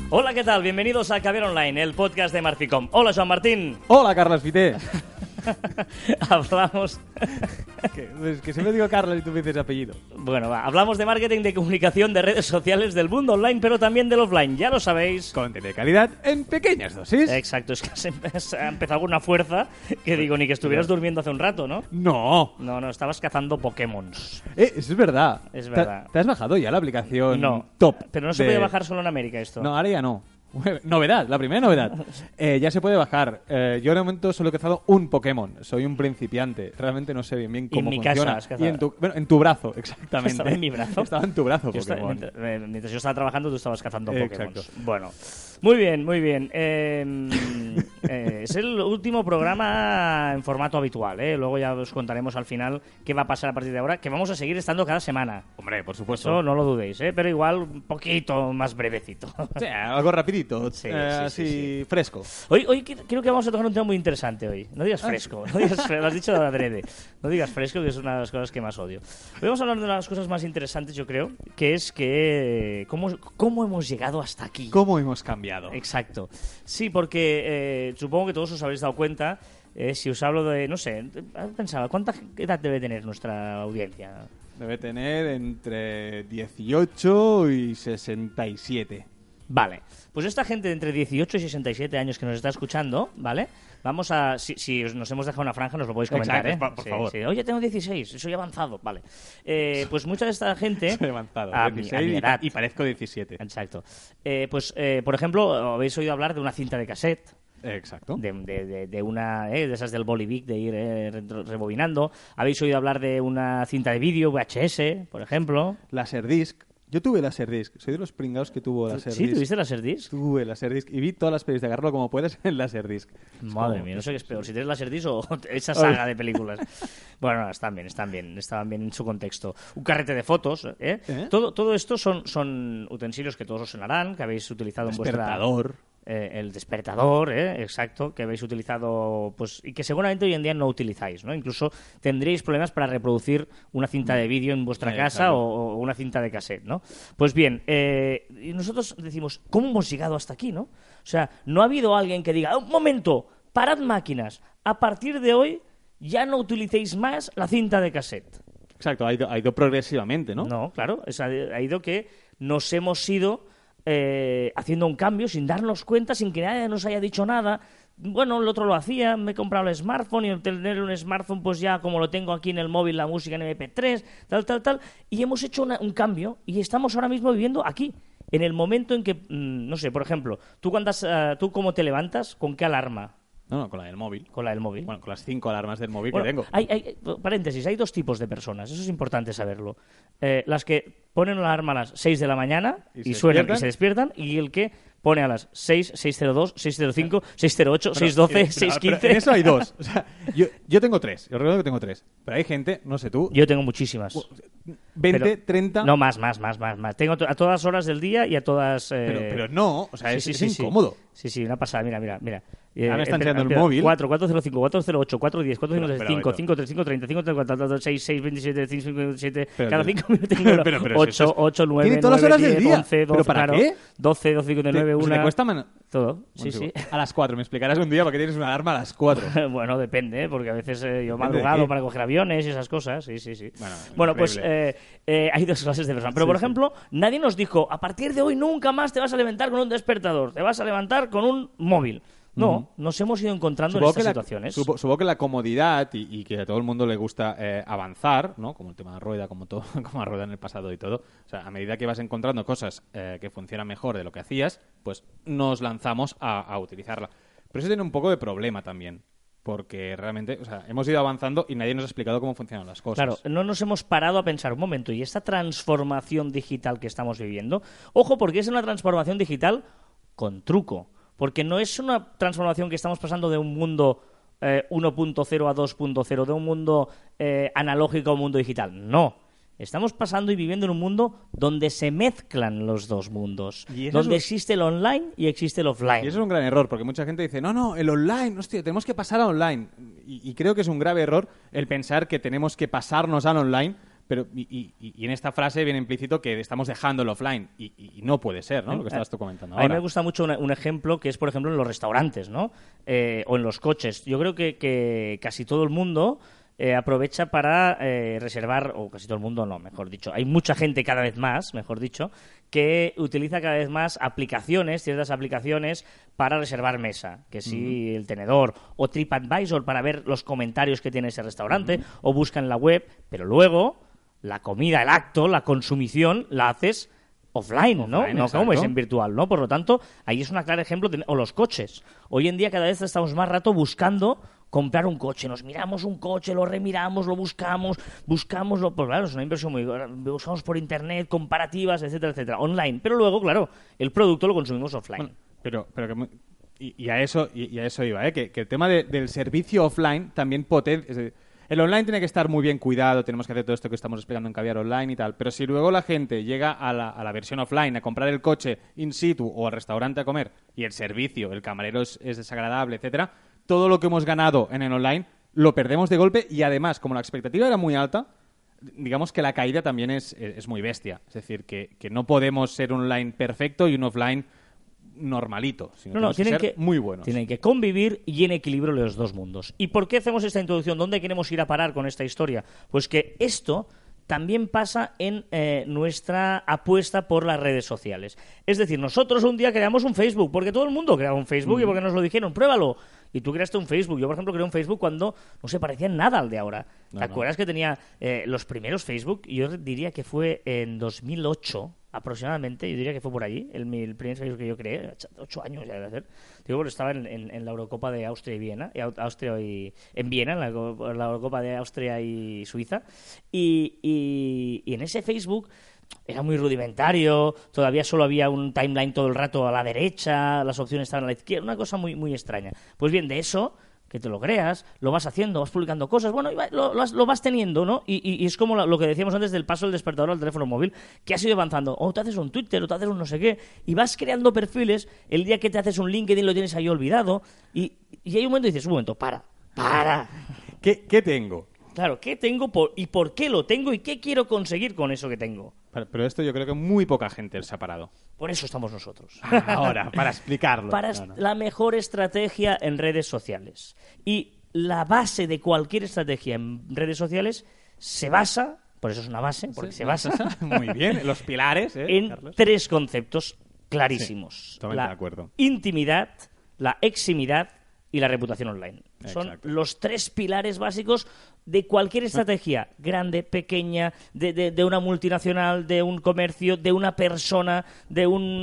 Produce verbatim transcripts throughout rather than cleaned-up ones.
Hola, ¿qué tal? Bienvenidos a Caber Online, el podcast de Marficom. Hola, Joan Martín. Hola, Carlos Fité. Hablamos... que, es que siempre digo Carlos y tú me dices apellido. Bueno, va. Hablamos de marketing, de comunicación, de redes sociales, del mundo online, pero también del offline, ya lo sabéis. Contenido de calidad en pequeñas dosis. Exacto, es que se empe- ha empezado con una fuerza que digo, ni que estuvieras durmiendo hace un rato, ¿no? No. No, no, estabas cazando Pokémons. Eh, eso es verdad. Es verdad. ¿Te, te has bajado ya la aplicación No, top? pero no se de- puede bajar solo en América esto. No, ahora ya no. Novedad, la primera novedad. Eh, ya se puede bajar. Eh, yo de momento solo he cazado un Pokémon. Soy un principiante. Realmente no sé bien, bien cómo en mi casa funciona. has cazado. Y en tu, bueno, en tu brazo, exactamente. ¿Estaba en mi brazo? Estaba en tu brazo, Yo estaba- Pokémon. mientras, eh, mientras yo estaba trabajando, tú estabas cazando Eh, Pokémon. exacto. Bueno, muy bien, muy bien. Eh, eh, es el último programa en formato habitual, ¿eh? Luego ya os contaremos al final qué va a pasar a partir de ahora, que vamos a seguir estando cada semana. Hombre, por supuesto. Eso no lo dudéis, ¿eh? Pero igual un poquito más brevecito. O sea, algo rapidito. Sí, eh, sí, así, sí, fresco. Hoy, hoy qui- creo que vamos a tocar un tema muy interesante hoy. No digas fresco, no digas fre- lo has dicho de adrede. No digas fresco, que es una de las cosas que más odio. Hoy vamos a hablar de una de las cosas más interesantes, yo creo, que es que cómo, cómo hemos llegado hasta aquí. ¿Cómo hemos cambiado? Exacto. Sí, porque eh, supongo que todos os habréis dado cuenta, eh, si os hablo de, no sé, pensaba, ¿cuánta edad debe tener nuestra audiencia? Debe tener entre dieciocho y sesenta y siete. Vale, pues esta gente de entre dieciocho y sesenta y siete años que nos está escuchando, ¿vale? Vamos a... Si, si os- nos hemos dejado una franja, nos lo podéis comentar, Exacto, ¿eh? por- por Sí, favor. sí. Oye, tengo dieciséis, soy avanzado, vale. Eh, pues mucha de esta gente... Soy avanzado. a mi- a dieciséis mi y- edad. y parezco diecisiete. Exacto. Eh, pues, eh, por ejemplo, habéis oído hablar de una cinta de cassette, Exacto. de, de- de- de una eh, de esas del Bolivic, de ir eh, retro- rebobinando. Habéis oído hablar de una cinta de vídeo, V H S, por ejemplo. Laserdisc. Yo tuve Laserdisc. Soy de los pringados que tuvo Laserdisc. ¿Sí? ¿Tuviste Laserdisc? Tuve Laserdisc y vi todas las pelis de agarrarlo como puedes en Laserdisc. Es Madre como- mía, no sé qué es peor, si tienes Laserdisc o esa saga de películas. Bueno, no, están bien, están bien, estaban bien en su contexto. Un carrete de fotos, ¿eh? ¿Eh? Todo, todo esto son, son utensilios que todos os sonarán, que habéis utilizado en vuestra... Despertador. Eh, el despertador, ¿eh? Exacto, que habéis utilizado, pues, y que seguramente hoy en día no utilizáis, ¿no? Incluso tendréis problemas para reproducir una cinta de vídeo en vuestra Eh, casa exacto. o, o una cinta de cassette, ¿no? Pues bien, eh, y nosotros decimos, ¿cómo hemos llegado hasta aquí, no? O sea, no ha habido alguien que diga, un momento, parad máquinas, a partir de hoy ya no utilicéis más la cinta de cassette. Exacto, ha ido, ha ido progresivamente, ¿no? No, claro, es, ha, ha ido que nos hemos ido eh, haciendo un cambio sin darnos cuenta, sin que nadie nos haya dicho nada. Bueno, el otro lo hacía, me he comprado el smartphone y al tener un smartphone, pues ya como lo tengo aquí en el móvil, la música en eme pe tres, tal, tal, tal, y hemos hecho una- un cambio y estamos ahora mismo viviendo aquí, en el momento en que, mm, no sé, por ejemplo, tú, cuando has, ah, tú cómo te levantas, ¿con qué alarma? No, no, con la del móvil. Con la del móvil. Bueno, con las cinco alarmas del móvil Bueno, que tengo. Hay, hay- paréntesis, hay dos tipos de personas, eso es importante saberlo. Eh, las que ponen la alarma a las seis de la mañana Y y, se suenan despiertan. y se despiertan, y el que pone a las seis, seis cero dos, seis cero cinco, seis cero ocho, Pero- seis doce, pero- seis pero quince. En eso hay dos. O sea, yo, yo tengo tres. Yo recuerdo que tengo tres. Pero hay gente, no sé tú, Yo tengo muchísimas. veinte, Pero- treinta... No, más, más, más, más, más. Tengo to- a todas horas del día y a todas... eh, pero, pero no. O sea, sí, es, sí, es sí, sí. incómodo. Sí, sí, una pasada. Mira, mira, mira. Ahora me está enseñando el móvil. cuatro, cuatro cero cinco, cuatro cero ocho, cuatro diez, cuatro cinco Pero- tres pero, cinco, pero- cinco tres cinco, treinta y cinco, treinta y cuatro, seis, seis, veintisiete, cinco, cinco, veintisiete. Pero- Cada pero- cinco minutos tengo pero- pero si ocho, esto es- ocho, nueve, Tiene todas las horas del diez, día. once, doce, ¿Pero para claro. qué? doce, doce, cincuenta y nueve, Te- pues una... te cuesta man- Todo. Sí, Un sí. segundo. A las cuatro. Me explicarás un día para qué tienes una alarma a las cuatro. Bueno, depende, ¿eh? Porque a veces eh, yo ¿Depende de madrugado qué? para coger aviones y esas cosas. Sí, sí, sí. Bueno, Bueno, pues increíble. eh, eh, hay dos clases de personas. Pero, Sí, por sí. ejemplo, nadie nos dijo, a partir de hoy nunca más te vas a levantar con un despertador, te vas a levantar con un móvil. No, Ujú. nos hemos ido encontrando Supongo en que, estas la, situaciones. supo- supongo que la comodidad y, y que a todo el mundo le gusta eh, avanzar, ¿no? Como el tema de rueda, como todo, como la rueda en el pasado y todo. O sea, a medida que vas encontrando cosas eh, que funcionan mejor de lo que hacías, pues nos lanzamos a, a utilizarla. Pero eso tiene un poco de problema también. Porque realmente, o sea, hemos ido avanzando y nadie nos ha explicado cómo funcionan las cosas. Claro, no nos hemos parado a pensar un momento, y esta transformación digital que estamos viviendo, ojo, porque es una transformación digital con truco, porque no es una transformación que estamos pasando de un mundo eh, uno punto cero a dos punto cero, de un mundo eh, analógico a un mundo digital, no. Estamos pasando y viviendo en un mundo donde se mezclan los dos mundos, Y eso donde es un- existe el online y existe el offline. Y eso es un gran error, porque mucha gente dice, no, no, el online, hostia, tenemos que pasar a online. Y, y creo que es un grave error el pensar que tenemos que pasarnos al online Pero y, y, y en esta frase viene implícito que estamos dejando el offline y, y no puede ser, ¿no? Lo que estabas tú comentando ahora. A mí me gusta mucho una, un ejemplo que es, por ejemplo, en los restaurantes, ¿no? Eh, o en los coches. Yo creo que, que casi todo el mundo eh, aprovecha para eh, reservar, o casi todo el mundo no, mejor dicho. Hay mucha gente cada vez más, mejor dicho, que utiliza cada vez más aplicaciones, ciertas aplicaciones para reservar mesa, que si uh-huh. el tenedor o TripAdvisor para ver los comentarios que tiene ese restaurante, uh-huh. o busca en la web, pero luego la comida, el acto, la consumición la haces offline, ¿no? Offline, no como es en virtual, ¿no? Por lo tanto, ahí es un claro ejemplo de, o los coches. Hoy en día cada vez estamos más rato buscando comprar un coche, nos miramos un coche, lo remiramos, lo buscamos, buscamos, lo, pues claro, es una inversión muy... Buscamos por internet, comparativas, etcétera, etcétera, online. Pero luego, claro, el producto lo consumimos offline. Bueno, pero, pero que, y, y, a eso, y, y a eso iba, ¿eh? Que, que el tema de, del servicio offline también potencia... El online tiene que estar muy bien cuidado, tenemos que hacer todo esto que estamos explicando en Caviar Online y tal, pero si luego la gente llega a la, a la versión offline a comprar el coche in situ o al restaurante a comer y el servicio, el camarero es, es desagradable, etcétera, todo lo que hemos ganado en el online lo perdemos de golpe y además, como la expectativa era muy alta, digamos que la caída también es, es muy bestia. Es decir, que, que no podemos ser un online perfecto y un offline normalito, sino no, no, tienen que ser que, muy buenos. Tienen que convivir y en equilibrio los dos mundos. ¿Y por qué hacemos esta introducción? ¿Dónde queremos ir a parar con esta historia? Pues que esto también pasa en eh, nuestra apuesta por las redes sociales. Es decir, nosotros un día creamos un Facebook, porque todo el mundo creaba un Facebook mm. y porque nos lo dijeron, pruébalo. Y tú creaste un Facebook. Yo, por ejemplo, creé un Facebook cuando no se parecía en nada al de ahora. ¿Te no, acuerdas no. que tenía eh, los primeros Facebook? Yo diría que fue en dos mil ocho aproximadamente, yo diría que fue por allí, el, el primer Facebook que yo creé, ocho años ya debe hacer. Digo, porque estaba en, en, en la Eurocopa de Austria y Viena, y Austria y, en Viena, en la, en la Eurocopa de Austria y Suiza, y, y, y en ese Facebook era muy rudimentario, todavía solo había un timeline todo el rato a la derecha, las opciones estaban a la izquierda, una cosa muy, muy extraña. Pues bien, de eso, que te lo creas, lo vas haciendo, vas publicando cosas, bueno, lo, lo, lo vas teniendo, ¿no? Y, y, y es como lo que decíamos antes del paso del despertador al teléfono móvil, que has ido avanzando. O te haces un Twitter, o te haces un no sé qué, y vas creando perfiles, el día que te haces un LinkedIn lo tienes ahí olvidado, y, y hay un momento y dices, un momento, para, para. ¿Qué, qué tengo? Claro, ¿qué tengo por, y por qué lo tengo y qué quiero conseguir con eso que tengo? Pero, pero esto yo creo que muy poca gente se ha parado. Por eso estamos nosotros. Ahora, para explicarlo. Para no, no. la mejor estrategia en redes sociales. Y la base de cualquier estrategia en redes sociales se basa, por eso es una base, porque sí, se basa... Muy bien, los pilares, ¿eh, en Carlos? Tres conceptos clarísimos. Sí, totalmente la de acuerdo. Intimidad, la eximidad y la reputación online. Exacto. Son los tres pilares básicos de cualquier estrategia, grande, pequeña, de, de, de una multinacional, de un comercio, de una persona, de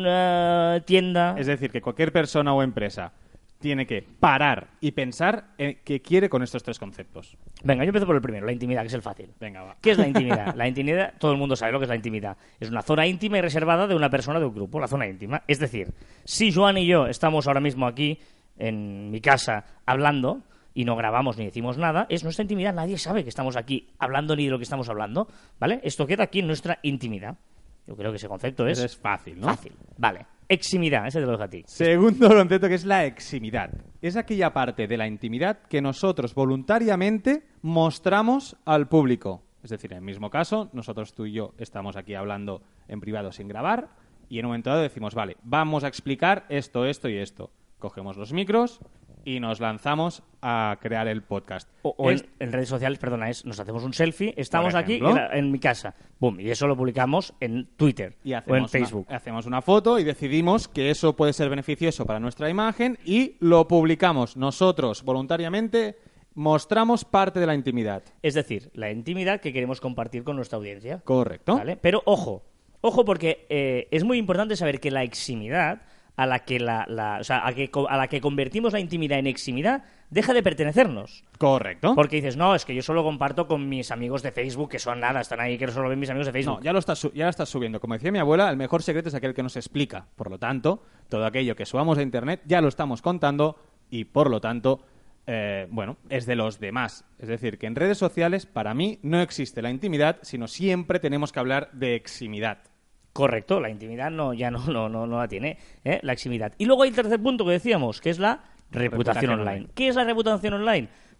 una tienda. Es decir, que cualquier persona o empresa tiene que parar y pensar en qué quiere con estos tres conceptos. Venga, yo empiezo por el primero, la intimidad, que es el fácil. Venga, va. ¿Qué es la intimidad? La intimidad, todo el mundo sabe lo que es la intimidad. Es una zona íntima y reservada de una persona de un grupo, la zona íntima. Es decir, si Joan y yo estamos ahora mismo aquí en mi casa hablando y no grabamos ni decimos nada, es nuestra intimidad. Nadie sabe que estamos aquí hablando ni de lo que estamos hablando, ¿vale? Esto queda aquí en nuestra intimidad. Yo creo que ese concepto es... Eso es fácil, ¿no? Fácil, vale. Eximidad, ese te lo dejo a ti. Segundo concepto, que es la eximidad. Es aquella parte de la intimidad que nosotros voluntariamente mostramos al público. Es decir, en el mismo caso, nosotros tú y yo estamos aquí hablando en privado sin grabar y en un momento dado decimos, vale, vamos a explicar esto, esto y esto. Cogemos los micros y nos lanzamos a crear el podcast. O, o es... en, en redes sociales, perdona, es nos hacemos un selfie, estamos aquí en, la, en mi casa, boom, y eso lo publicamos en Twitter y o en Facebook. Una, hacemos una foto y decidimos que eso puede ser beneficioso para nuestra imagen y lo publicamos. Nosotros, voluntariamente, mostramos parte de la intimidad. Es decir, la intimidad que queremos compartir con nuestra audiencia. Correcto. ¿Vale? Pero ojo, ojo porque eh, es muy importante saber que la eximidad a la que la, la o sea, a, que, a la que convertimos la intimidad en eximidad deja de pertenecernos. Correcto. Porque dices, no, es que yo solo comparto con mis amigos de Facebook, que son nada, están ahí, que solo ven mis amigos de Facebook. No, ya lo estás, ya lo estás subiendo. Como decía mi abuela, el mejor secreto es aquel que nos explica. Por lo tanto, todo aquello que subamos a Internet ya lo estamos contando y, por lo tanto, eh, bueno, es de los demás. Es decir, que en redes sociales, para mí, no existe la intimidad, sino siempre tenemos que hablar de eximidad. Correcto, la intimidad no, ya no, no, no, no la tiene, ¿eh? La eximidad. Y luego hay el tercer punto que decíamos, que es la reputación, reputación online. online. ¿Qué es la reputación online?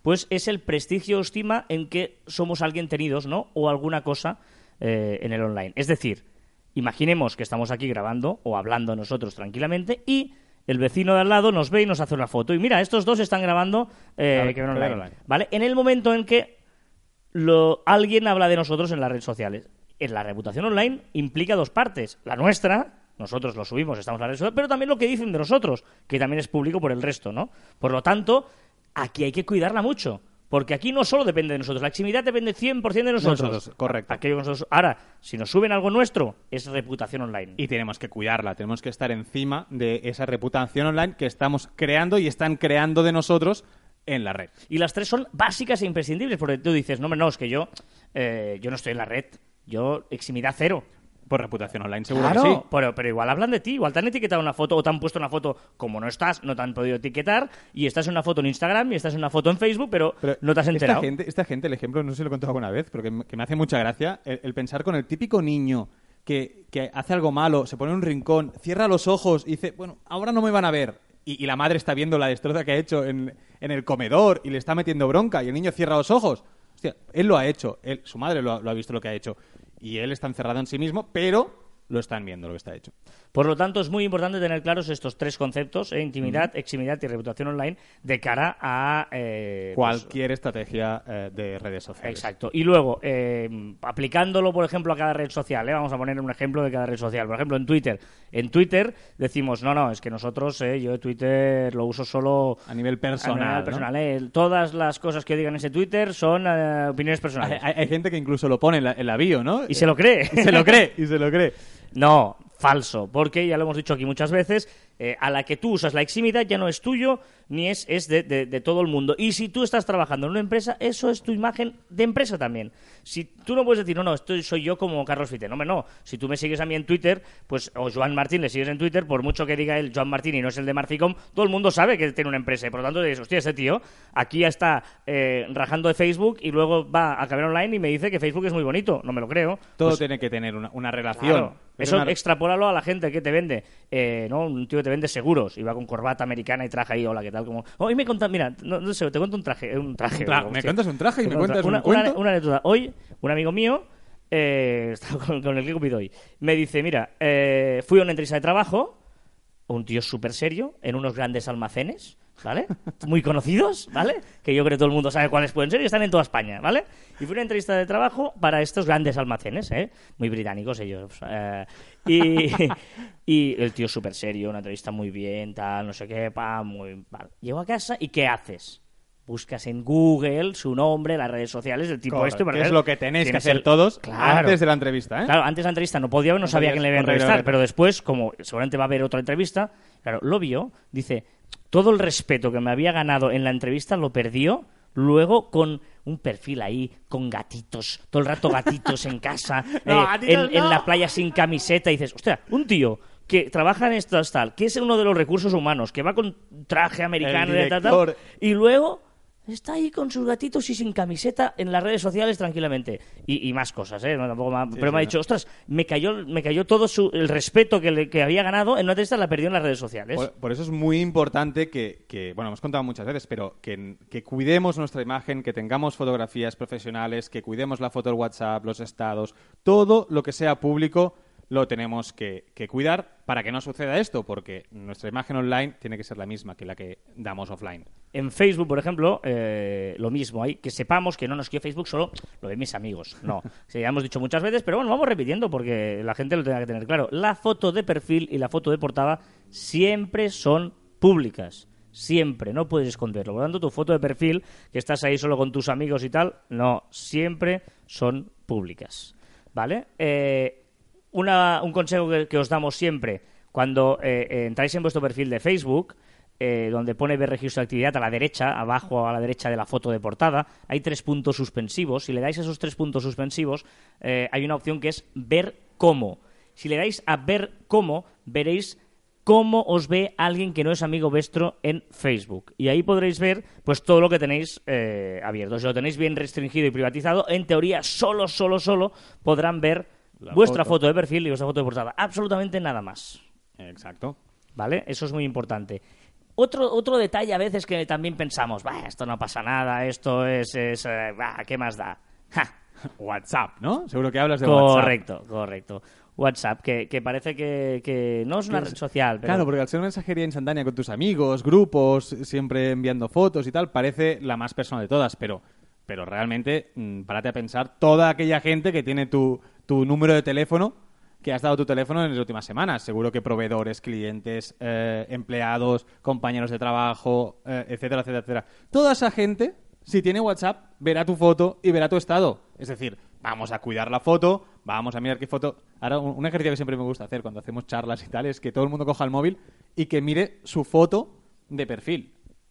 pues es el prestigio o estima en que somos alguien tenidos, ¿no? O alguna cosa eh, en el online. Es decir, imaginemos que estamos aquí grabando o hablando nosotros tranquilamente y el vecino de al lado nos ve y nos hace una foto. Y mira, estos dos están grabando eh, Claro, que ven claro, online, online. ¿vale? En el momento en que lo, alguien habla de nosotros en las redes sociales. En la reputación online implica dos partes. La nuestra, nosotros lo subimos, estamos en las redes sociales, pero también lo que dicen de nosotros, que también es público por el resto, ¿no? Por lo tanto, aquí hay que cuidarla mucho. Porque aquí no solo depende de nosotros, la eximidad depende cien por ciento de nosotros. Nosotros, correcto. Aquello que nosotros. Ahora, si nos suben algo nuestro, es reputación online. Y tenemos que cuidarla, tenemos que estar encima de esa reputación online que estamos creando y están creando de nosotros en la red. Y las tres son básicas e imprescindibles, porque tú dices, no, hombre, no, es que yo, eh, yo no estoy en la red, yo eximidad cero. Por reputación online, seguro Claro, que sí. pero, pero igual hablan de ti, igual te han etiquetado una foto o te han puesto una foto como no estás, no te han podido etiquetar y estás en una foto en Instagram y estás en una foto en Facebook, pero, Pero no te has enterado. Esta gente, esta gente, el ejemplo, no sé si lo he contado alguna vez, pero que, me- que me hace mucha gracia, el, el pensar con el típico niño que, que hace algo malo, se pone en un rincón, cierra los ojos y dice, bueno, ahora no me van a ver. Y, y la madre está viendo la destroza que ha hecho en, en el comedor y le está metiendo bronca y el niño cierra los ojos. Hostia, él lo ha hecho, él, su madre lo ha, lo ha visto lo que ha hecho. Y él está encerrado en sí mismo, pero lo están viendo lo que está hecho. Por lo tanto, es muy importante tener claros estos tres conceptos, eh, intimidad, eximidad y reputación online, de cara a... eh, pues, Cualquier estrategia eh, de redes sociales. exacto. Y luego, eh, aplicándolo, por ejemplo, a cada red social, ¿eh? Vamos a poner un ejemplo de cada red social. Por ejemplo, en Twitter. En Twitter decimos, no, no, es que nosotros, eh, yo Twitter lo uso solo... A nivel personal, a nivel ¿no? personal, ¿eh? Todas las cosas que digan en ese Twitter son eh, opiniones personales. Hay, hay gente que incluso lo pone en la, en la bio, ¿no? Y se lo cree. Y se lo cree, y se lo cree. No, falso, porque ya lo hemos dicho aquí muchas veces, eh, a la que tú usas la eximidad ya no es tuyo ni es, es de, de- de todo el mundo. Y si tú estás trabajando en una empresa, eso es tu imagen de empresa también. Si tú no puedes decir, no, no, esto soy yo como Carlos Fite. No, hombre, no. Si tú me sigues a mí en Twitter, pues, o Joan Martín le sigues en Twitter, por mucho que diga él Joan Martín y no es el de Marficom, todo el mundo sabe que tiene una empresa. Y por lo tanto dices, hostia, ese tío aquí ya está eh, rajando de Facebook y luego va a Caber Online y me dice que Facebook es muy bonito. No me lo creo. Todo Pues, tiene que tener una, una relación. claro. Es Eso una- extrapólalo a la gente que te vende, eh, ¿no? Un tío que te vende seguros y va con corbata americana y traje ahí, hola, ¿qué tal? Como, hoy me contas, mira, no, no sé, te cuento un traje, un traje. Tra- digo, me hostia. cuentas un traje y Te me cuento cuentas una, un cuento. Una, una anécdota. Hoy, un amigo mío, eh, estaba con, con el que cupido hoy, me dice, mira, eh, fui a una entrevista de trabajo, un tío súper serio, en unos grandes almacenes, ¿vale? Muy conocidos, ¿vale? Que yo creo que todo el mundo sabe cuáles pueden ser y están en toda España, ¿vale? Y fue una entrevista de trabajo para estos grandes almacenes, ¿eh? Muy británicos ellos. eh, y, y el tío súper serio, una entrevista muy bien, tal, no sé qué, pa, muy... Vale. Llego a casa y ¿qué haces? Buscas en Google su nombre, las redes sociales del tipo Correcto, este. para que es ver- lo que tenéis que tienes hacer el- todos Claro. antes de la entrevista, ¿eh? Claro, antes de la entrevista no podía ver, no, No sabía podías quién le iba a correr, entrevistar, correr. pero después, como seguramente va a haber otra entrevista, claro, lo vio, dice, todo el respeto que me había ganado en la entrevista lo perdió luego con un perfil ahí, con gatitos, todo el rato gatitos en casa, No, eh, gatitos en, en no. la playa sin camiseta, y dices, ostras, un tío que trabaja en esto tal, que es uno de los recursos humanos, que va con traje americano El y tal, tal, director. y luego está ahí con sus gatitos y sin camiseta en las redes sociales tranquilamente. Y, y más cosas, ¿eh? No, tampoco me- pero sí, me ha no. dicho, ostras, me cayó, me cayó todo su, el respeto que, le- que había ganado en una entrevista, la perdió en las redes sociales. Por, por eso es muy importante que, que, bueno, hemos contado muchas veces, pero que, que cuidemos nuestra imagen, que tengamos fotografías profesionales, que cuidemos la foto del WhatsApp, los estados, todo lo que sea público lo tenemos que, que cuidar para que no suceda esto, porque nuestra imagen online tiene que ser la misma que la que damos offline. En Facebook, por ejemplo, eh, lo mismo. Hay que sepamos que no nos quiere Facebook, solo lo ven mis amigos. No, sí, ya hemos dicho muchas veces, pero bueno, vamos repitiendo porque la gente lo tenga que tener claro. La foto de perfil y la foto de portada siempre son públicas. Siempre, no puedes esconderlo. Por lo tanto, tu foto de perfil, que estás ahí solo con tus amigos y tal, no, siempre son públicas. ¿Vale? Eh, una, un consejo que, que os damos siempre, cuando eh, eh, entráis en vuestro perfil de Facebook, eh, donde pone ver registro de actividad a la derecha, abajo a la derecha de la foto de portada, hay tres puntos suspensivos. Si le dais a esos tres puntos suspensivos, eh, hay una opción que es ver cómo. Si le dais a ver cómo, veréis cómo os ve alguien que no es amigo vuestro en Facebook. Y ahí podréis ver pues todo lo que tenéis eh, abierto. Si lo tenéis bien restringido y privatizado, en teoría solo, solo, solo podrán ver La vuestra foto. foto de perfil y vuestra foto de portada. Absolutamente nada más. Exacto. ¿Vale? Eso es muy importante. Otro, otro detalle a veces que también pensamos, bah, esto no pasa nada, esto es, es eh, bah, ¿qué más da? ¡Ja! WhatsApp, ¿no? Seguro que hablas de WhatsApp. Correcto, correcto. WhatsApp, que, que parece que, que no es una red social. Pero... Claro, porque al ser una mensajería instantánea con tus amigos, grupos, siempre enviando fotos y tal, parece la más personal de todas, pero, pero realmente, mmm, párate a pensar toda aquella gente que tiene tu, tu número de teléfono, que has dado tu teléfono en las últimas semanas. Seguro que proveedores, clientes, eh, empleados, compañeros de trabajo, eh, etcétera, etcétera, etcétera. Toda esa gente, si tiene WhatsApp, verá tu foto y verá tu estado. Es decir, vamos a cuidar la foto, vamos a mirar qué foto... Ahora, un, un ejercicio que siempre me gusta hacer cuando hacemos charlas y tal es que todo el mundo coja el móvil y que mire su foto de perfil.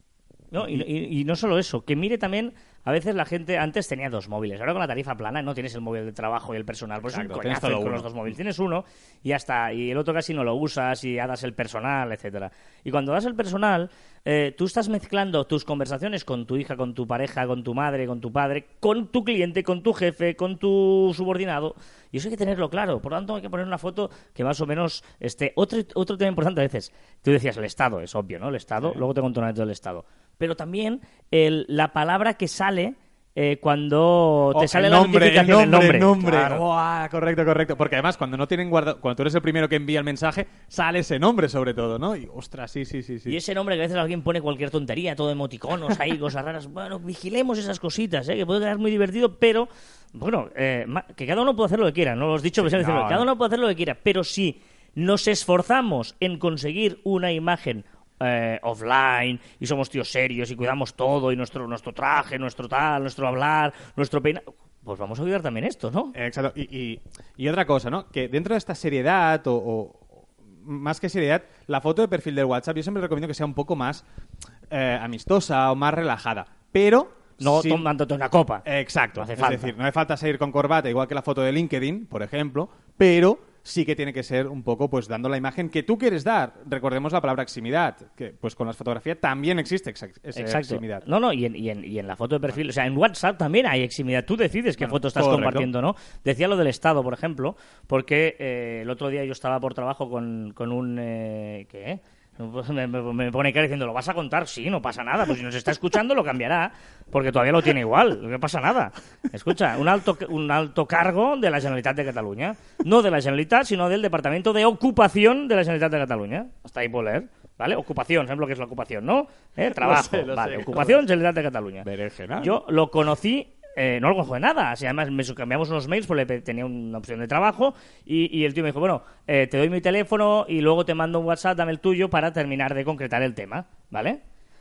No, y, y, y no solo eso, que mire también, a veces la gente antes tenía dos móviles, ahora con la tarifa plana no tienes el móvil de trabajo y el personal, pues Exacto, es un coñazo ir con los dos móviles, tienes uno y ya está, y el otro casi no lo usas y ya das el personal, etcétera. Y cuando das el personal, eh, tú estás mezclando tus conversaciones con tu hija, con tu pareja, con tu madre, con tu padre, con tu cliente, con tu jefe, con tu subordinado, y eso hay que tenerlo claro. Por lo tanto, hay que poner una foto que más o menos esté... Otro, otro tema importante a veces, tú decías el Estado, es obvio, ¿no? El Estado, sí. Luego te conto una vez del Estado. Pero también el, la palabra que sale eh, cuando te oh, sale la nombre, notificación, el nombre, el nombre. El nombre. Claro. Oh, correcto, correcto. Porque además, cuando no tienen guardado, cuando tú eres el primero que envía el mensaje, sale ese nombre sobre todo, ¿no? Y ostras, sí, sí, sí, sí. Y ese nombre que a veces alguien pone cualquier tontería, todo emoticonos ahí, cosas raras. Bueno, vigilemos esas cositas, ¿eh? Que puede quedar muy divertido, pero bueno, eh, que cada uno puede hacer lo que quiera, no lo has dicho, sí, no, cada uno puede hacer lo que quiera, pero si nos esforzamos en conseguir una imagen Eh, offline y somos tíos serios y cuidamos todo y nuestro nuestro traje, nuestro tal, nuestro hablar, nuestro peinado, pues vamos a cuidar también esto, ¿no? Exacto. Y, y, y otra cosa, ¿no? Que dentro de esta seriedad o, o más que seriedad, la foto de perfil del WhatsApp yo siempre recomiendo que sea un poco más eh, amistosa o más relajada, pero no sin... tomándote una copa. Exacto. No hace es falta. decir, no hace falta salir con corbata igual que la foto de LinkedIn, por ejemplo, pero sí que tiene que ser un poco pues dando la imagen que tú quieres dar. Recordemos la palabra eximidad, que pues con la fotografía también existe esa Exacto. eximidad. No, no, y en, y, en, y en la foto de perfil, o sea, en WhatsApp también hay eximidad. Tú decides qué bueno, foto estás correcto. compartiendo, ¿no? Decía lo del Estado, por ejemplo, porque eh, el otro día yo estaba por trabajo con, con un... Eh, ¿Qué? Me, me, me pone cara diciendo, ¿lo vas a contar? Sí, no pasa nada. Pues si nos está escuchando lo cambiará, porque todavía lo tiene igual. No pasa nada. Escucha, un alto, un alto cargo de la Generalitat de Cataluña. No de la Generalitat, sino del Departamento de Ocupación de la Generalitat de Cataluña. Hasta ahí puedo leer. ¿Vale? Ocupación, ¿sabes lo que es la ocupación, no? ¿Eh? Trabajo. Lo sé, lo vale, sé. Ocupación, Generalitat de Cataluña. Berenjena. Yo lo conocí... Eh, no lo conozco de nada, o sea, además me cambiamos unos mails porque tenía una opción de trabajo y, y el tío me dijo, bueno, eh, te doy mi teléfono y luego te mando un WhatsApp, dame el tuyo para terminar de concretar el tema, ¿vale?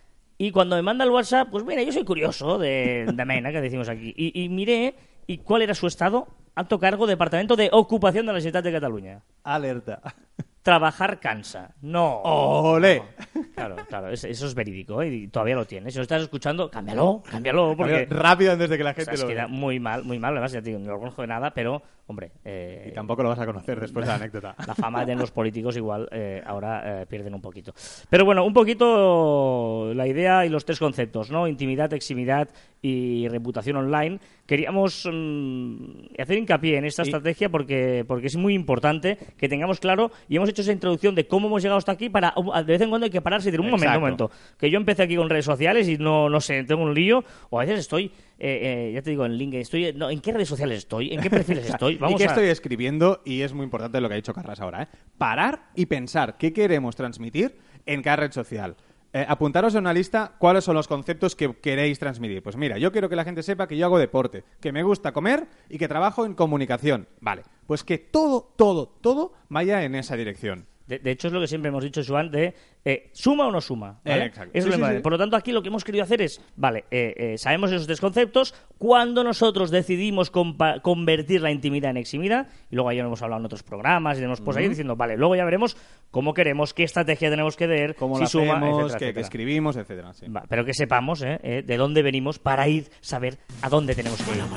Y cuando me manda el WhatsApp, pues mira, yo soy curioso de, de mena, que decimos aquí, y, y miré y cuál era su estado, alto cargo, Departamento de Ocupación de la Generalitat de Cataluña. Alerta. Trabajar cansa. No. ¡Olé! No. Claro, claro, eso es verídico, ¿eh? Y todavía lo tienes. Si lo estás escuchando, cámbialo, cámbialo, porque... Rápido antes de que la gente o sea, lo es vea. Queda muy mal, muy mal. Además, ya te digo, no lo conozco de nada, pero, hombre... Eh... Y tampoco lo vas a conocer después de la anécdota. La fama de los políticos igual eh, ahora eh, pierden un poquito. Pero bueno, un poquito la idea y los tres conceptos, ¿no? Intimidad, eximidad y reputación online. Queríamos mmm, hacer hincapié en esta y... estrategia porque, porque es muy importante que tengamos claro, y hemos hecho esa introducción de cómo hemos llegado hasta aquí para de vez en cuando hay que pararse y decir, un momento, un momento, que yo empecé aquí con redes sociales y no, no sé, tengo un lío, o a veces estoy, eh, eh, ya te digo, en LinkedIn, estoy, no, ¿en qué redes sociales estoy? ¿En qué perfiles estoy? Vamos ¿Y qué a... estoy escribiendo? Y es muy importante lo que ha dicho Carras ahora, ¿eh? Parar y pensar qué queremos transmitir en cada red social. Eh, apuntaros en una lista cuáles son los conceptos que queréis transmitir. Pues mira, yo quiero que la gente sepa que yo hago deporte, que me gusta comer y que trabajo en comunicación. Vale, pues que todo, todo, todo vaya en esa dirección. De, de hecho, es lo que siempre hemos dicho, Joan, de eh, suma o no suma, ¿vale? Eh, exacto. Es sí, lo sí, sí. Por lo tanto, aquí lo que hemos querido hacer es, vale, eh, eh, sabemos esos tres conceptos, cuando nosotros decidimos compa- convertir la intimidad en eximidad, y luego ya hemos hablado en otros programas y tenemos pues ahí diciendo, vale, luego ya veremos cómo queremos, qué estrategia tenemos que ver, cómo si la suma, hacemos, etcétera, que, etcétera. que escribimos, etcétera. Sí. Va, pero que sepamos eh, eh, de dónde venimos para ir, saber a dónde tenemos que ir.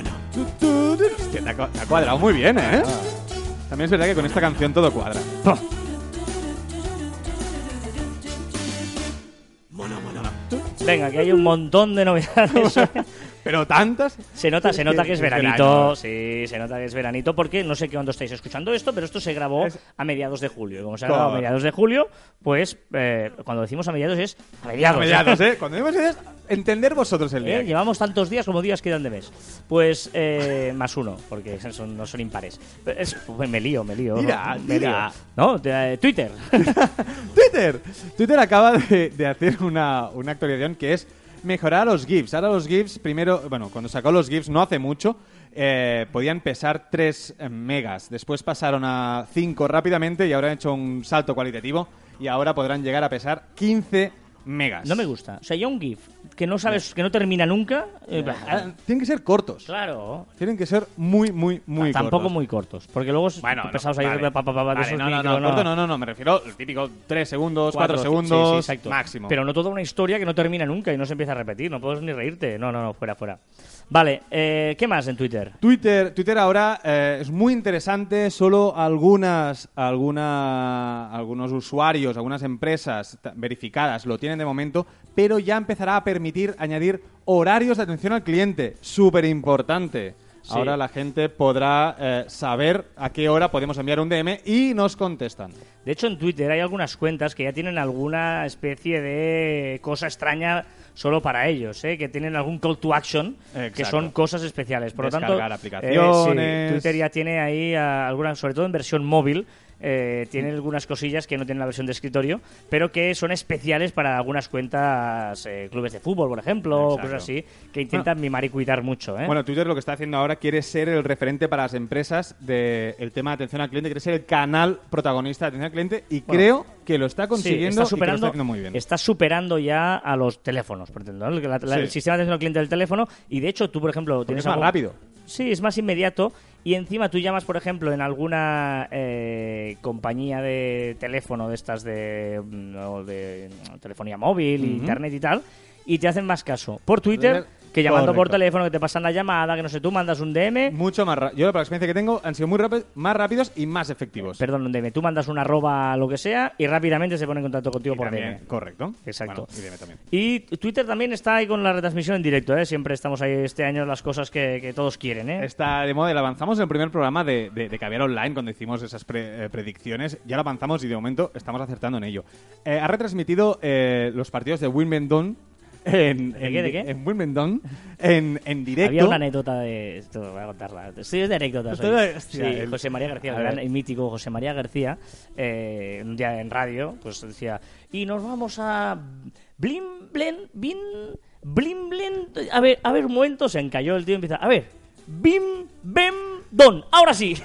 Hostia, te, ha, te ha cuadrado muy bien, ¿eh? Ah. También es verdad que con esta canción todo cuadra. ¡Oh! Venga, que hay un montón de novedades. pero tantas. Se nota, se nota que es es veranito, verano. sí, se nota que es veranito, porque no sé cuándo estáis escuchando esto, pero esto se grabó Es- a mediados de julio. Y como se ha grabado a Correcto. mediados de julio, pues eh, cuando decimos a mediados es a mediados. A mediados, ¿eh? Cuando digo mediados, entender vosotros el día. ¿Eh? Llevamos tantos días como días quedan de mes. Pues eh, más uno, porque son, no son impares. Es, pues me lío, me lío. Tira, me tira. lío. ¿No? Eh, Twitter. Twitter. Twitter acaba de, de hacer una, una actualización que es mejorar los GIFs. Ahora los GIFs, primero, bueno, cuando sacó los GIFs no hace mucho, eh, podían pesar tres megas. Después pasaron a cinco rápidamente y ahora han hecho un salto cualitativo y ahora podrán llegar a pesar quince megas. No me gusta. O sea, ya un GIF que no sabes, que no termina nunca. eh, Ah, tienen que ser cortos. Claro. Tienen que ser muy, muy, muy Tampoco cortos. muy cortos, porque luego es Bueno, no, pesados ahí vale. pa, pa, pa, pa, de Vale, esos no, no, micro, no, corto no, no, no, me refiero al típico tres segundos, cuatro, segundos, sí, sí, exacto. máximo. Pero no toda una historia que no termina nunca y no se empieza a repetir, no puedes ni reírte. No, no, no, fuera, fuera. Vale, eh, ¿qué más en Twitter? Twitter, Twitter ahora eh, es muy interesante, solo algunas, alguna, algunos usuarios, algunas empresas t- verificadas lo tienen de momento, pero ya empezará a permitir añadir horarios de atención al cliente, súper importante. Sí. Ahora la gente podrá eh, saber a qué hora podemos enviar un D M y nos contestan. De hecho, en Twitter hay algunas cuentas que ya tienen alguna especie de cosa extraña solo para ellos, ¿eh? Que tienen algún call to action, que Exacto. son cosas especiales. Por lo tanto, Descargar eh, aplicaciones. sí, Twitter ya tiene ahí ah, algunas, sobre todo en versión móvil, eh, tiene algunas cosillas que no tienen la versión de escritorio, pero que son especiales para algunas cuentas, eh, clubes de fútbol, por ejemplo, o Exacto. cosas así, que intentan mimar y cuidar mucho, ¿eh? Bueno, Twitter lo que está haciendo ahora quiere ser el referente para las empresas del tema de atención al cliente, quiere ser el canal protagonista de atención al cliente y Bueno, creo que lo está Sí, consiguiendo está superando, y que lo está haciendo muy bien. está superando ya a los teléfonos, por ejemplo, ¿no? El, la- la- Sí. el sistema de atención al cliente del teléfono, y de hecho tú, por ejemplo, Porque tienes es más algún- rápido. Sí, es más inmediato, y encima tú llamas, por ejemplo, en alguna eh, compañía de teléfono de estas de, mm, o de mm, telefonía móvil, Ujú. internet y tal, y te hacen más caso por Twitter que llamando por Correcto. teléfono, que te pasan la llamada, que no sé, tú mandas un D M. Mucho más rápido. Yo, por la experiencia que tengo, han sido muy rápidos, más rápidos y más efectivos. Perdón, un D M. Tú mandas una arroba lo que sea y rápidamente se pone en contacto contigo Y por también- D M. Correcto. Exacto. Bueno, y D M también. Y Twitter también está ahí con la retransmisión en directo, ¿eh? Siempre estamos ahí este año las cosas que, que todos quieren, ¿eh? Está de moda y lo avanzamos en el primer programa de, de, de Caviar Online cuando hicimos esas pre- eh, predicciones. Ya lo avanzamos y de momento estamos acertando en ello. Eh, ha retransmitido eh, los partidos de Wimbledon en, ¿De en, qué, de qué? en Wimbledon en, en directo. Había una anécdota de... Esto voy a contarla. Estoy de anécdotas Esto hoy. de- hostia, Sí, el- José María García, A el gran ver. y mítico José María García, eh, un día en radio, pues decía, y nos vamos a... Blim, blen, bin... Blim, blen... A ver, a ver, un momento, se encalló el tío y empieza... A ver, bim, bem, don. Ahora sí.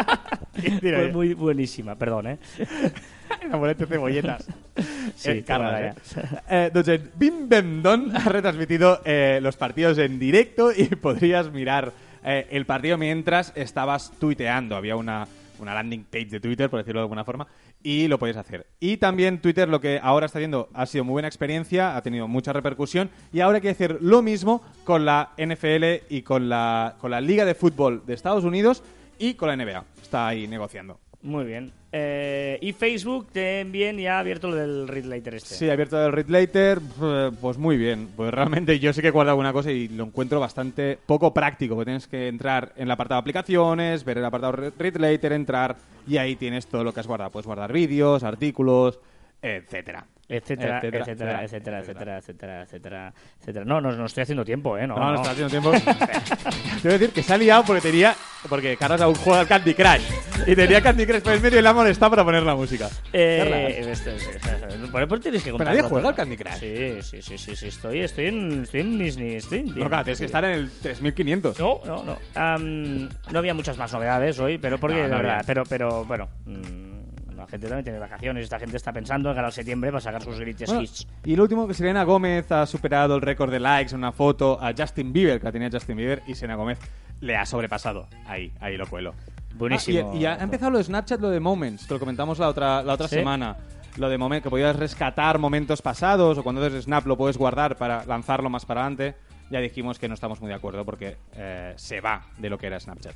Fue muy buenísima, perdón, ¿eh? Una boleta de cebolletas. Sí, Eh, Carles, toma, eh. Eh, doncs en Wimbledon ha retransmitido eh, los partidos en directo y podrías mirar eh, el partido mientras estabas tuiteando. Había una, una landing page de Twitter, por decirlo de alguna forma, y lo podías hacer. Y también Twitter lo que ahora está haciendo ha sido muy buena experiencia, ha tenido mucha repercusión y ahora quiere hacer lo mismo con la N F L y con la, con la Liga de Fútbol de Estados Unidos y con la N B A. Está ahí negociando. Muy bien. Eh, y Facebook también ya ha abierto lo del read later este. Sí, abierto el read later, eh, pues muy bien. Pues realmente yo sí que he guardado alguna cosa y lo encuentro bastante poco práctico, porque tienes que entrar en el apartado de aplicaciones, ver el apartado re- read later, entrar y ahí tienes todo lo que has guardado. Puedes guardar vídeos, artículos, etcétera. Etcétera, etcétera, etcétera, etcétera, etcétera, etcétera, etcétera. No, no, no estoy haciendo tiempo, ¿eh? No, No, no, no. está haciendo tiempo. Te voy a decir que se ha liado porque tenía... Porque Carlos aún juega al Candy Crush. Y tenía Candy Crush por el medio y le ha molestado para poner la música. Eh, Carlas. esto es- es- es- por eso tienes que Pero contarlo nadie juega todo. al Candy Crush. Sí, sí, sí, sí, sí, estoy, estoy en, estoy en mis, ni- estoy bien. No, claro, tienes que estar en el tres mil quinientos. No, no, no. Am, no había muchas más novedades hoy, pero porque, No, de no verdad, había. pero, pero, bueno, mm, la gente también tiene vacaciones, esta gente está pensando en ganar septiembre para sacar sus greatest Bueno, hits. y lo último, que Selena Gómez ha superado el récord de likes en una foto a Justin Bieber, que la tenía Justin Bieber, y Selena Gómez le ha sobrepasado. Ahí, ahí lo cuelo. Buenísimo. Ah, y, y ha empezado lo de Snapchat, lo de Moments, que lo comentamos la otra, la otra ¿Sí? semana. Lo de Moments, que podías rescatar momentos pasados, o cuando haces Snap lo puedes guardar para lanzarlo más para adelante. Ya dijimos que no estamos muy de acuerdo porque eh, se va de lo que era Snapchat.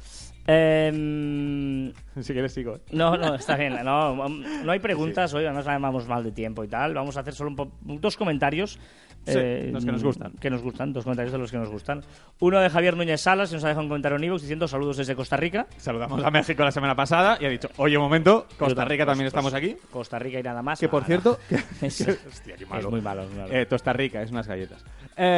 Eh, Si quieres sigo. ¿eh? no, no, está bien. No, no hay preguntas hoy, además vamos mal de tiempo y tal. Vamos a hacer solo un po- dos comentarios. Sí, los que nos gustan. Que nos gustan, dos comentarios de los que nos gustan. Uno de Javier Núñez Salas, que nos ha dejado un comentario en iVoox diciendo saludos desde Costa Rica. Saludamos a México la semana pasada y ha dicho, oye, un momento, Costa Rica también estamos aquí. Costa Rica y nada más. Que por Nada. cierto, que, Es, que- hostia, qué malo. es muy malo. Es muy malo. Eh, Costa Rica, es unas galletas.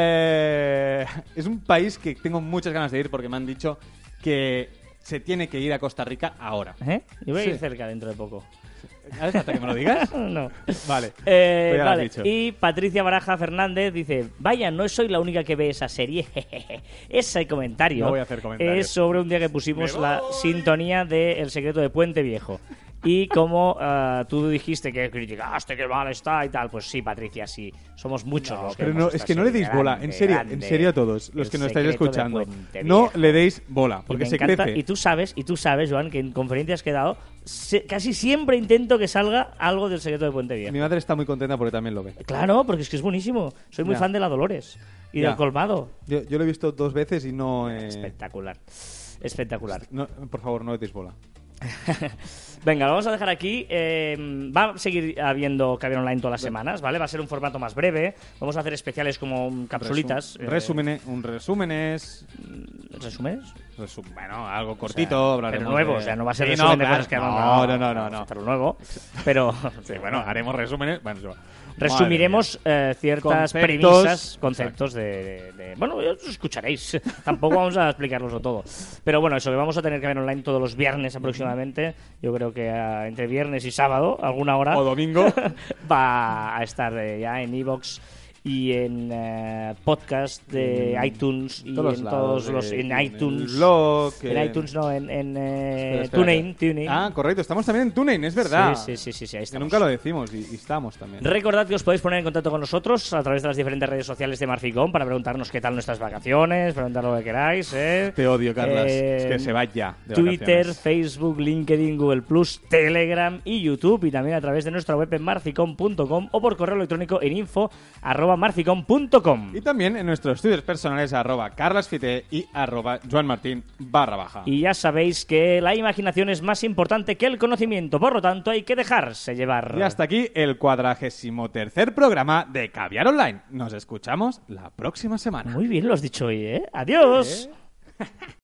Eh, es un país que tengo muchas ganas de ir porque me han dicho que se tiene que ir a Costa Rica ahora. ¿Eh? Yo voy a ir Sí. cerca dentro de poco. ¿Hace falta que me lo digas? No. Vale. Eh, Pues ya lo has vale. dicho. Y Patricia Baraja Fernández dice: vaya, no soy la única que ve esa serie. Ese comentario No voy a hacer comentarios. es sobre un día que pusimos Me la voy. sintonía de El secreto de Puente Viejo. Y como ah, tú dijiste que criticaste que mal está y tal, pues sí, Patricia, sí. Somos muchos los que Pero vemos no, esta es que no le serie. deis bola, en Grande, serio, en grande. serio a todos los El que nos estáis secreto de escuchando. Puente No Viejo. le deis bola, Y porque me se encanta, crece. y tú sabes, y tú sabes, Joan, que en conferencias que he dado, se- casi siempre intento que salga algo del secreto de Puente Viejo. Mi madre está muy contenta porque también lo ve. Claro, porque es que es buenísimo. Soy muy Ya. fan de la Dolores y Ya. del Colmado. Yo, yo lo he visto dos veces y no... eh, Espectacular. Espectacular. no, por favor, no le deis bola. Venga, lo vamos a dejar aquí. Eh, va a seguir habiendo Caviar Online todas las semanas, ¿vale? Va a ser un formato más breve. Vamos a hacer especiales como mm, capsulitas. Resum- eh, resúmenes, un resúmenes... ¿Resúmenes? resum- bueno, algo cortito. O sea, hablaremos pero nuevo, de- o sea, no va a ser Sí, resumen de claro, cosas que no, hemos- no, no, no, vamos a no. hacer lo nuevo. Pero Sí, bueno, haremos resúmenes. Bueno, eso- resumiremos eh, ciertas Conceptos. premisas, conceptos de, de- de- Bueno, ya os escucharéis. Tampoco vamos a explicaroslo todo. Pero bueno, eso, que vamos a tener que ver online todos los viernes aproximadamente. Yo creo que ah, entre viernes y sábado, alguna hora, O domingo. va a estar eh, ya en iVoox y en eh, podcast de En iTunes y todos en lados, todos los... eh, En en iTunes... el blog, en en- iTunes no, en, en eh, Espera, espera, TuneIn, que- TuneIn. Ah, correcto. Estamos también en TuneIn, es verdad. Sí, sí, sí, sí, sí, ahí Que estamos. nunca lo decimos y, y estamos también. Recordad que os podéis poner en contacto con nosotros a través de las diferentes redes sociales de Marficom para preguntarnos qué tal nuestras vacaciones, preguntar lo que queráis. ¿eh? Te odio, Carlas. Eh, es que se va ya. de Twitter, vacaciones. Facebook, LinkedIn, Google Plus, Telegram y YouTube, y también a través de nuestra web en marficom punto com o por correo electrónico en info arroba marficom punto com. Y también en nuestros estudios personales arroba carlasfite y arroba joanmartin barra baja. Y ya sabéis que la imaginación es más importante que el conocimiento, por lo tanto hay que dejarse llevar. Y hasta aquí el cuadragésimo tercer programa de Caviar Online. Nos escuchamos la próxima semana. Muy bien lo has dicho hoy, ¿eh? Adiós. ¿Eh?